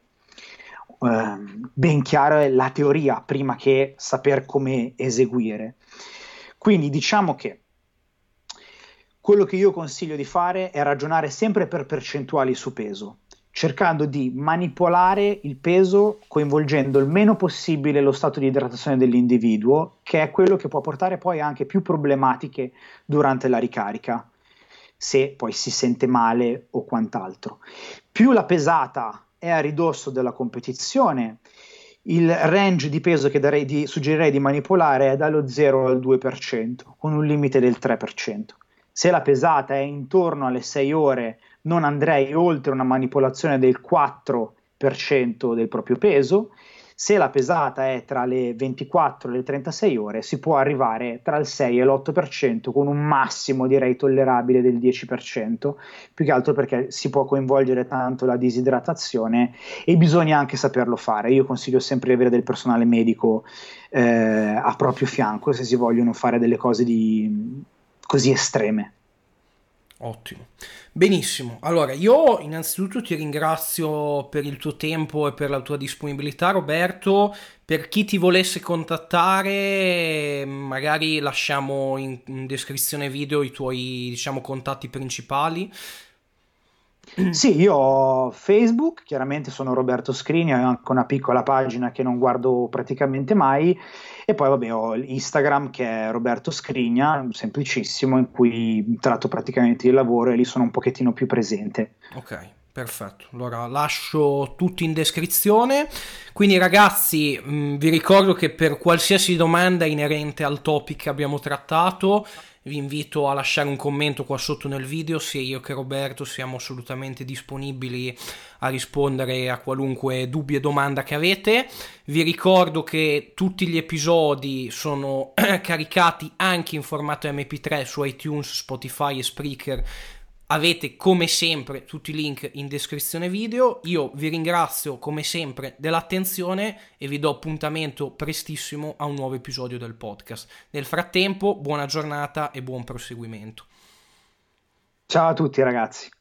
eh, ben chiara la teoria prima che saper come eseguire. Quindi diciamo che quello che io consiglio di fare è ragionare sempre per percentuali su peso, cercando di manipolare il peso coinvolgendo il meno possibile lo stato di idratazione dell'individuo, che è quello che può portare poi anche più problematiche durante la ricarica, se poi si sente male o quant'altro. Più la pesata è a ridosso della competizione, il range di peso che darei di, suggerirei di manipolare è dallo zero al due per cento, con un limite del tre per cento. Se la pesata è intorno alle sei ore, non andrei oltre una manipolazione del quattro per cento del proprio peso. Se la pesata è tra le ventiquattro e le trentasei ore, si può arrivare tra il sei e l'otto per cento con un massimo, direi, tollerabile del dieci per cento, più che altro perché si può coinvolgere tanto la disidratazione e bisogna anche saperlo fare. Io consiglio sempre di avere del personale medico eh, a proprio fianco se si vogliono fare delle cose di, così estreme.
Ottimo. Benissimo. Allora, io innanzitutto ti ringrazio per il tuo tempo e per la tua disponibilità, Roberto. Per chi ti volesse contattare, magari lasciamo in, in descrizione video i tuoi, diciamo, contatti principali.
Sì, io ho Facebook, chiaramente sono Roberto Scrigna, ho anche una piccola pagina che non guardo praticamente mai, e poi vabbè ho Instagram che è Roberto Scrigna, semplicissimo, in cui tratto praticamente il lavoro e lì sono un pochettino più presente.
Ok, perfetto. Allora lascio tutto in descrizione. Quindi ragazzi, mh, vi ricordo che per qualsiasi domanda inerente al topic che abbiamo trattato, vi invito a lasciare un commento qua sotto nel video. Sia io che Roberto siamo assolutamente disponibili a rispondere a qualunque dubbio e domanda che avete. Vi ricordo che tutti gli episodi sono caricati anche in formato emme pi tre su iTunes, Spotify e Spreaker. Avete come sempre tutti i link in descrizione video. Io vi ringrazio come sempre dell'attenzione e vi do appuntamento prestissimo a un nuovo episodio del podcast. Nel frattempo, buona giornata e buon proseguimento.
Ciao a tutti ragazzi.